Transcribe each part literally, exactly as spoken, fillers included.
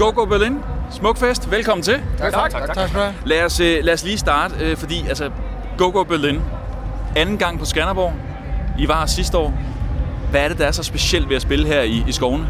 Go Go Berlin, Smukfest, velkommen til. Tak, tak, tak. tak, tak. tak. Lad, os, lad os lige starte, øh, fordi altså, Go Go Berlin, anden gang på Skanderborg. I var her sidste år. Hvad er det, der er så specielt ved at spille her i, i skovene?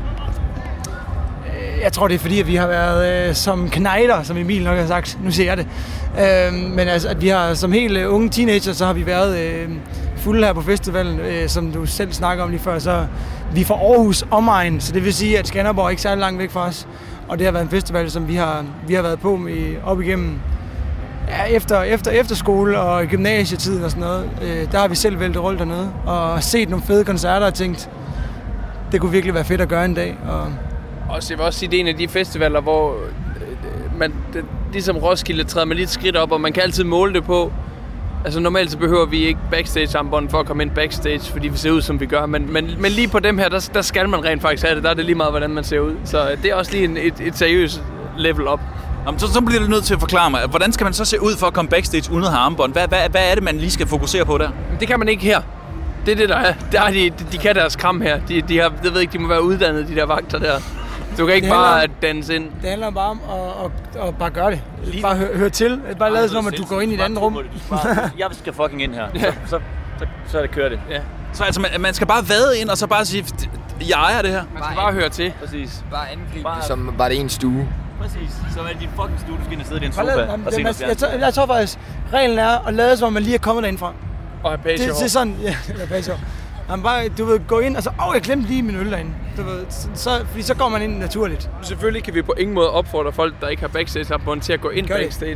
Jeg tror, det er fordi, at vi har været øh, som knejder, som Emil nok har sagt. Nu siger jeg det. Øh, men altså, at vi har som helt øh, unge teenager, så har vi været øh, fulde her på festivalen, øh, som du selv snakker om lige før. Så vi er fra Aarhus omegn, så det vil sige, at Skanderborg er ikke særlig langt væk fra os. Og det har været en festival, som vi har, vi har været på med op igennem ja, efter, efter efterskole og gymnasietiden og sådan noget. Øh, der har vi selv væltet rundt dernede og set nogle fede koncerter og tænkt, det kunne virkelig være fedt at gøre en dag. Og Også, jeg vil også sige, det er en af de festivaler, hvor man, det, ligesom Roskilde træder man lidt skridt op, og man kan altid måle det på. Altså normalt så behøver vi ikke backstage-armbånd for at komme ind backstage, fordi vi ser ud, som vi gør. Men, men, men lige på dem her, der, der skal man rent faktisk have det. Der er det lige meget, hvordan man ser ud. Så det er også lige en, et, et seriøst level up. Jamen, så, så bliver du nødt til at forklare mig, hvordan skal man så se ud for at komme backstage uden at have armbånd? Hvad, hvad, hvad er det, man lige skal fokusere på der? Det kan man ikke her. Det er det, der er. Der er de, de kan deres kram her. De, de har, jeg ved ikke, de må være uddannet, de der vagter der. Du kan ikke det bare handler, danse ind. Det handler bare om at, at, at bare gøre det. Bare høre hør til. Bare lade som om, at du går ind i et andet rum. Jeg skal fucking ind her. Så, så, så, så er det kørt det. Ja. Så altså, man, man skal bare vade ind og så bare sige, jeg ejer det her. Man skal bare høre til. Præcis. Bare angribe bare... som var det en stue. Præcis. Så er det din fucking stue, du skal ind og sidde i din sofa. Lad, og se man, jeg, jeg, jeg tror faktisk, reglen er at lade som om, man lige er kommet derindfra. Og have page det, det er sådan, ja, det er page Man bare, du ved, gå ind og så, åh, jeg glemte lige min øl derinde. Du ved, så, fordi så går man ind naturligt. Selvfølgelig kan vi på ingen måde opfordre folk, der ikke har backstage-armbånd, til at gå ind backstage.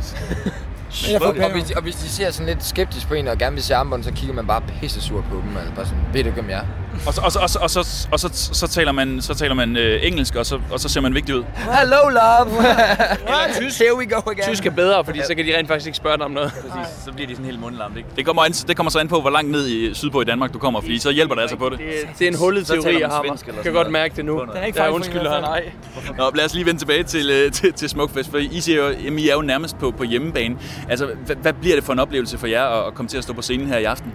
og, og, hvis de, og hvis de ser sådan lidt skeptisk på en og gerne vil se armbånd, så kigger man bare pisse sur på dem. Altså bare sådan, ved du, hvem jeg er? Og så, og så, og så, og så, og så, så taler man, så taler man øh, engelsk, og så, og så ser man vigtig ud. Hello, love! tysk. Here we go again. Tysk er bedre, fordi så kan de rent faktisk ikke spørge dig om noget. Præcis, så bliver de sådan helt mundlamt, ikke? Det kommer, an, det kommer så an på, hvor langt ned i sydpå i Danmark du kommer, fordi så hjælper det altså på det. Det, det er en hullet teori, jeg har. Jeg kan godt mærke det nu. Den er ikke der undskylder han nej. Nå, lad os lige vende tilbage til, til, til Smukfest, for I siger jo, jamen, I er jo nærmest på, på hjemmebane. Altså, hvad, hvad bliver det for en oplevelse for jer at, at komme til at stå på scenen her i aften?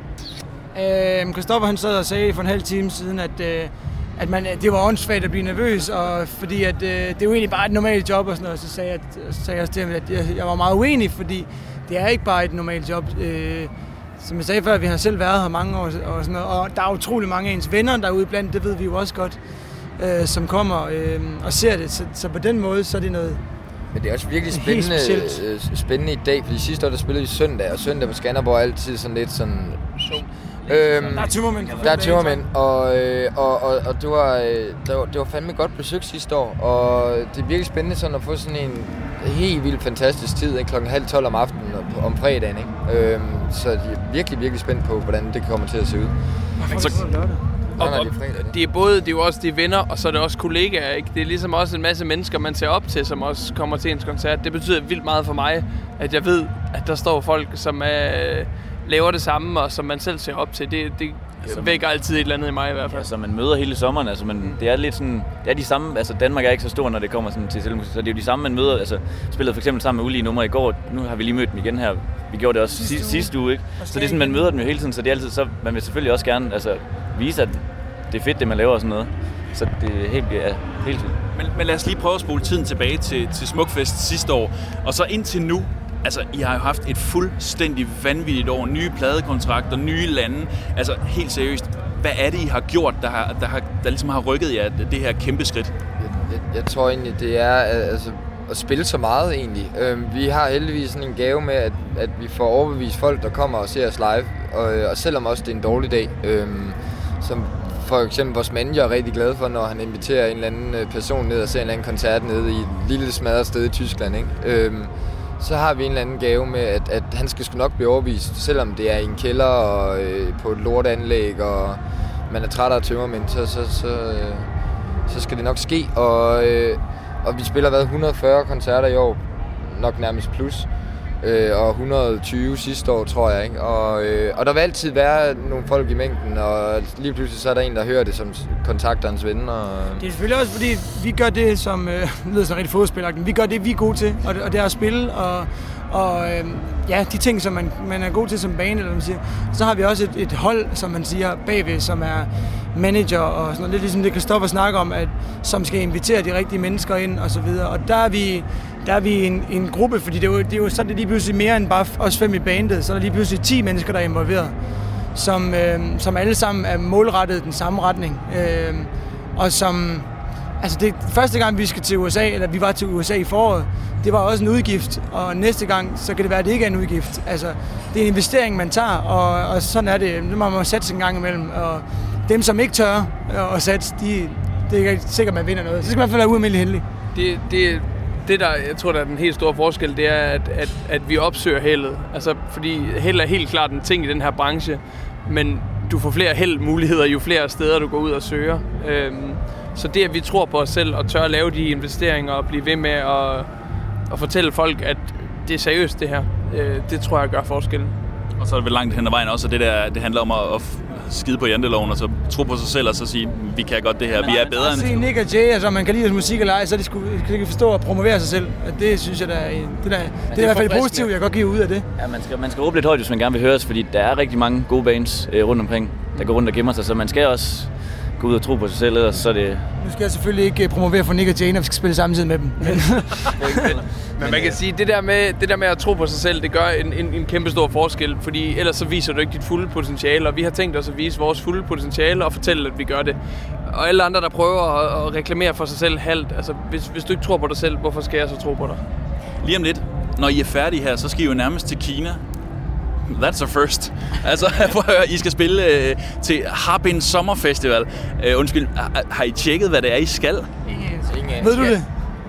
Øh, Christoffer han sad og sagde for en halv time siden, at, øh, at man, det var åndssvagt at blive nervøs, og fordi at, øh, det er jo egentlig bare et normalt job og sådan noget. Så sagde jeg, så sagde jeg også til ham, at jeg, jeg var meget uenig, fordi det er ikke bare et normalt job. Øh, som jeg sagde før, vi har selv været her mange år og sådan noget, og der er utrolig mange af ens venner derude blandt, det ved vi jo også godt, øh, som kommer øh, og ser det. Så, så på den måde, så er det noget. Men det er også virkelig spændende, øh, spændende i dag, fordi sidste år der spillede vi søndag, og søndag på Skanderborg er altid sådan lidt sådan... Øhm, der er tømmermænd. Der er tømmermænd, og, øh, og, og, og det, var, øh, det, var, det var fandme godt besøgt sidste år, og det er virkelig spændende sådan at få sådan en helt vildt fantastisk tid, ikke? Klokken halv tolv om aftenen og om fredagen, ikke? Øhm, så de er virkelig, virkelig spændt på, hvordan det kommer til at se ud. Så, og, og det er både, det er jo også de venner, og så er det også kollegaer, ikke? Det er ligesom også en masse mennesker, man ser op til, som også kommer til ens koncert. Det betyder vildt meget for mig, at jeg ved, at der står folk, som er... laver det samme, og som man selv ser op til. Det, det altså, vækker altid et eller andet i mig i hvert fald. Altså man møder hele sommeren, altså man, det er lidt sådan, det er de samme, altså Danmark er ikke så stor, når det kommer sådan til selvmusik, så det er jo de samme, man møder, altså spillede for eksempel sammen med Ulige Nummer i går, nu har vi lige mødt dem igen her, vi gjorde det også sidste, sidste, sidste uge, ikke? Så det er sådan, man møder dem jo hele tiden, så det er altid, så man vil selvfølgelig også gerne, altså vise, at det er fedt, det man laver og sådan noget, så det er helt, ja, helt vildt. Men, men lad os lige prøve at spole tiden tilbage til, til Smukfest sidste år, og så indtil nu. Altså, I har jo haft et fuldstændig vanvittigt år. Nye pladekontrakter, nye lande. Altså, helt seriøst. Hvad er det, I har gjort, der, har, der, har, der ligesom har rykket jer det her kæmpe skridt? Jeg, jeg, jeg tror egentlig, det er altså, at spille så meget egentlig. Øhm, vi har heldigvis sådan en gave med, at, at vi får overbevist folk, der kommer og ser os live. Og, og selvom også det er en dårlig dag. Øhm, som for eksempel vores manager er rigtig glad for, når han inviterer en eller anden person ned og ser en eller anden koncert nede i et lille smadret sted i Tyskland, ikke? Øhm, så har vi en eller anden gave med, at, at han skal sgu nok blive overbevist, selvom det er i en kælder og øh, på et lorteanlæg, og man er træt af tømmermænd, så, så, så, øh, så skal det nok ske. Og, øh, og vi spiller hvad, et hundrede og fyrre koncerter i år, nok nærmest plus, øh, og et hundrede og tyve sidste år, tror jeg, ikke? Og, øh, og der vil altid være nogle folk i mængden, og lige pludselig så er der en, der hører det, som kontakter hans ven. Og det er selvfølgelig også, fordi vi gør det, som øh, lyder så rigtig fodspilagtigt, vi gør det, vi er gode til, og det, og det er at spille, og, Og øh, ja, de ting, som man, man er god til som bane, eller man siger. Så har vi også et, et hold, som man siger, bagved, som er manager og sådan noget. Lidt ligesom det Christoffer snakker om, at, som skal invitere de rigtige mennesker ind og så videre. Og der er vi, der er vi en, en gruppe, fordi det er, jo, det er jo sådan, det er lige pludselig mere end bare os fem i bandet. Så er der lige pludselig ti mennesker, der er involveret, som, øh, som alle sammen er målrettet den samme retning. Øh, og som, altså det første gang, vi skal til U S A, eller vi var til U S A i foråret, det var også en udgift, og næste gang, så kan det være, at det ikke er en udgift. Altså, det er en investering, man tager, og, og sådan er det. Det må man satse en gang imellem, og dem, som ikke tør at satse, de, det er ikke sikkert, man vinder noget. Så skal man i hvert fald være ualmindelig heldig. Det, det, det, der jeg tror, der er den helt store forskel, det er, at, at, at vi opsøger heldet. Altså, fordi held er helt klart en ting i den her branche, men du får flere heldmuligheder, jo flere steder, du går ud og søger. Øhm, så det, at vi tror på os selv og tør at lave de investeringer og blive ved med at og fortælle folk, at det er seriøst det her. Det tror jeg gør forskellen. Og så er det vel langt hen ad vejen også, og det der, det handler om at, at skide på janteloven, og så tro på sig selv, og så sige, vi kan godt det her, vi er bedre end... Se Nick og Jay, altså man kan lide musik eller ej, så de skulle de forstå at promovere sig selv. Det synes jeg, der er, det, der, det, det er i hvert fald positivt, jeg kan godt give ud af det. Ja, man skal, man skal råbe lidt højt, hvis man gerne vil høres, fordi der er rigtig mange gode bands øh, rundt omkring, der går rundt og gemmer sig, så man skal også gå ud og tro på sig selv, ellers så er det... Nu skal jeg selvfølgelig ikke promovere for Nick og Jay, når vi skal spille samtidig med dem. Men man kan sige, det der med det der med at tro på sig selv, det gør en, en, en kæmpe stor forskel, fordi ellers så viser du ikke dit fulde potentiale, og vi har tænkt os at vise vores fulde potentiale og fortælle, at vi gør det. Og alle andre, der prøver at, at reklamere for sig selv halvt, altså hvis, hvis du ikke tror på dig selv, hvorfor skal jeg så tro på dig? Lige om lidt, når I er færdige her, så skal I jo nærmest til Kina. That's a first. Altså, I skal spille øh, til Harbin Sommerfestival. Øh, undskyld, har I tjekket, hvad det er, I skal? Ingen. Ved du det?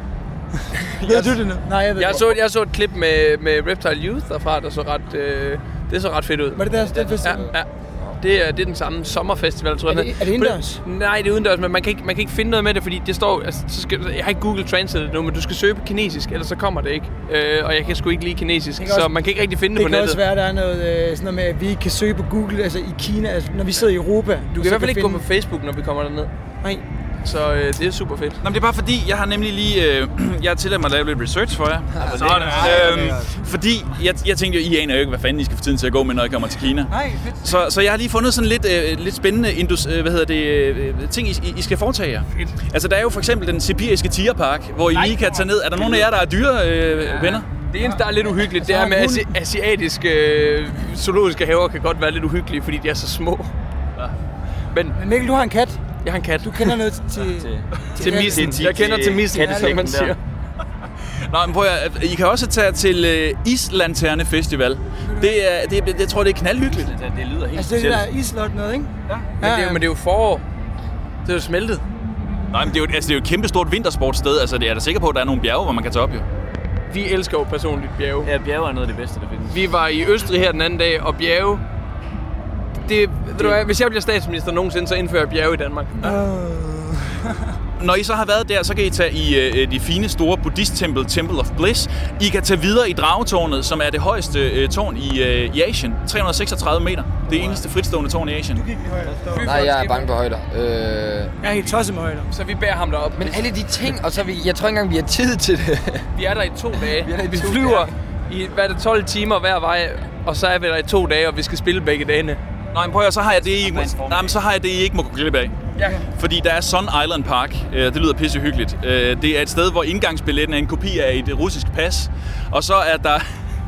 Ved du det nu? Nej, jeg ved jeg så, jeg så et klip med, med Reptile Youth derfra, der så ret, øh, det så ret fedt ud. Var det der, den festival? Ja, ja. Det er, det er den samme sommerfestival, tror jeg. Er det, er det indendørs? Nej, det er udendørs, men man kan, ikke, man kan ikke finde noget med det, fordi det står... Altså, så skal, jeg har ikke Google Translate nu, men du skal søge på kinesisk, ellers så kommer det ikke. Øh, og jeg kan sgu ikke lide kinesisk, så også, man kan ikke rigtig finde det, det på nettet. Det kan også være, der er noget, øh, sådan noget med, at vi kan søge på Google, altså i Kina, altså, når vi sidder i Europa. Du kan i hvert fald ikke finde... gå på Facebook, når vi kommer derned. Nej. Så øh, det er super fedt. Nå, men det er bare fordi, jeg har nemlig lige... Øh, jeg har tilladt mig at lave lidt research for jer. Ja, sådan. Øhm, fordi jeg, jeg tænkte jo, I aner jo ikke, hvad fanden I skal få tiden til at gå med, når I kommer til Kina. Nej, fedt. Så, så jeg har lige fundet sådan lidt, øh, lidt spændende indus, øh, hvad hedder det, øh, ting, I, I skal foretage jer. Fedt. Altså, der er jo for eksempel den sibiriske tigerpark, hvor I lige kan tage ned. Er der nogen af jer, der er dyre øh, ja. venner? Det eneste, der er lidt uhyggeligt, det er med asi- asiatiske øh, zoologiske haver kan godt være lidt uhyggelige, fordi de er så små. Ja. Men, Men Mikkel, du har en kat. Jeg har en kat. Du kender noget til... til, til, til missen. Jeg kender til missen, som man siger. Nå, men prøv at, I kan også tage til uh, Islanterne Festival. Det er, det, det, jeg tror, det er knaldhyggeligt. Det, det lyder helt altså, det er det der islot noget, ikke? Ja. Men, ja, det er, men det er jo forår. Det er jo smeltet. Nej, men det er jo, altså, det er jo et kæmpestort vintersportsted. Altså, det er da sikker på, at der er nogle bjerge, hvor man kan tage op, jo. Vi elsker jo personligt bjerge. Ja, bjerge er noget af det bedste, der findes. Vi var i Østrig her den anden dag, og bjerge... Det, ved du hvad, hvis jeg bliver statsminister nogensinde, så indfører jeg bjerge i Danmark. Ja. Når I så har været der, så kan I tage i øh, de fine, store buddhisttempel, Temple of Bliss. I kan tage videre i Dragetårnet, som er det højeste øh, tårn i, øh, i Asien. tre hundrede og seksogtredive meter. Det eneste fritstående tårn i Asien. Nej, jeg er bange på højder. Øh... Jeg er helt tosset med højder. Så vi bærer ham derop. Men alle de ting, og så vi, jeg tror ikke engang, vi har tid til det. Vi er der i to dage. Vi, er der i vi to flyver dage. i hvad er det, tolv timer hver vej, og så er vi der i to dage, og vi skal spille begge dagene. Nej, men prøv at, så har jeg det, I ikke, nej, men så har jeg det, I ikke må gå glip af. Ja. Fordi der er Sun Island Park. Det lyder pissehyggeligt. Det er et sted, hvor indgangsbilletten er en kopi af et russisk pas. Og så er der...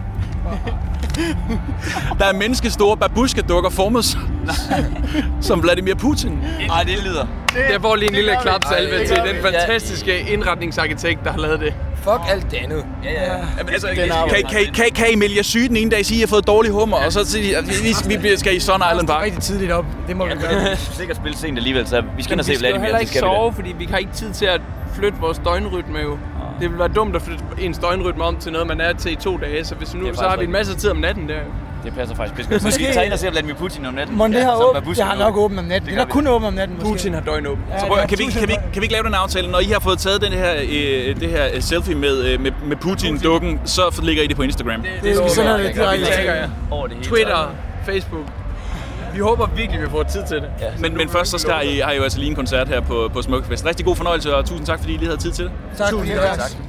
der er menneskestore babushka-dukker formet som Vladimir Putin. Nej, det lyder... Jeg får lige en lille klapsalve til den fantastiske indretningsarkitekt, der har lavet det. Fuck alt det andet. Ja, ja. Jamen, altså, kan, kan, kan, kan I melde jer syge den ene dag, sige, at I har fået dårlig hummer, og så sige, at vi, vi skal i Sun Island Park? Rigtig tidligt op. Det må vi gøre. Vi skal sikkert spille sent alligevel, så vi skal ind og se Vladimir. Vi skal heller ikke sove, fordi vi har ikke tid til at flytte vores døgnrytme jo. Det vil være dumt at flytte ens døgnrytme om til noget, man er til i to dage, så hvis nu så har vi en masse tid om natten der. Det passer faktisk bedst. Måske vi tager ind og ser Vladimir Putin om natten. Men det har åbent. Jeg har nok åbent om natten. Det er kun åbent om natten. Måske. Putin har døgnåbent. Ja, så prøv, kan, vi, kan, vi, kan vi ikke lave den aftale, når I har fået taget den her, øh, det her selfie med, med, med Putin-dukken, så lægger I det på Instagram. Det, det, det, sådan noget direkte. Twitter, Facebook. Vi håber virkelig, vi får tid til det. Ja. Men, men først så skal I, har I jo altså lige en koncert her på, på Smukfest. Rigtig god fornøjelse, og tusind tak, fordi I lige havde tid til det. Tak, tusind tak.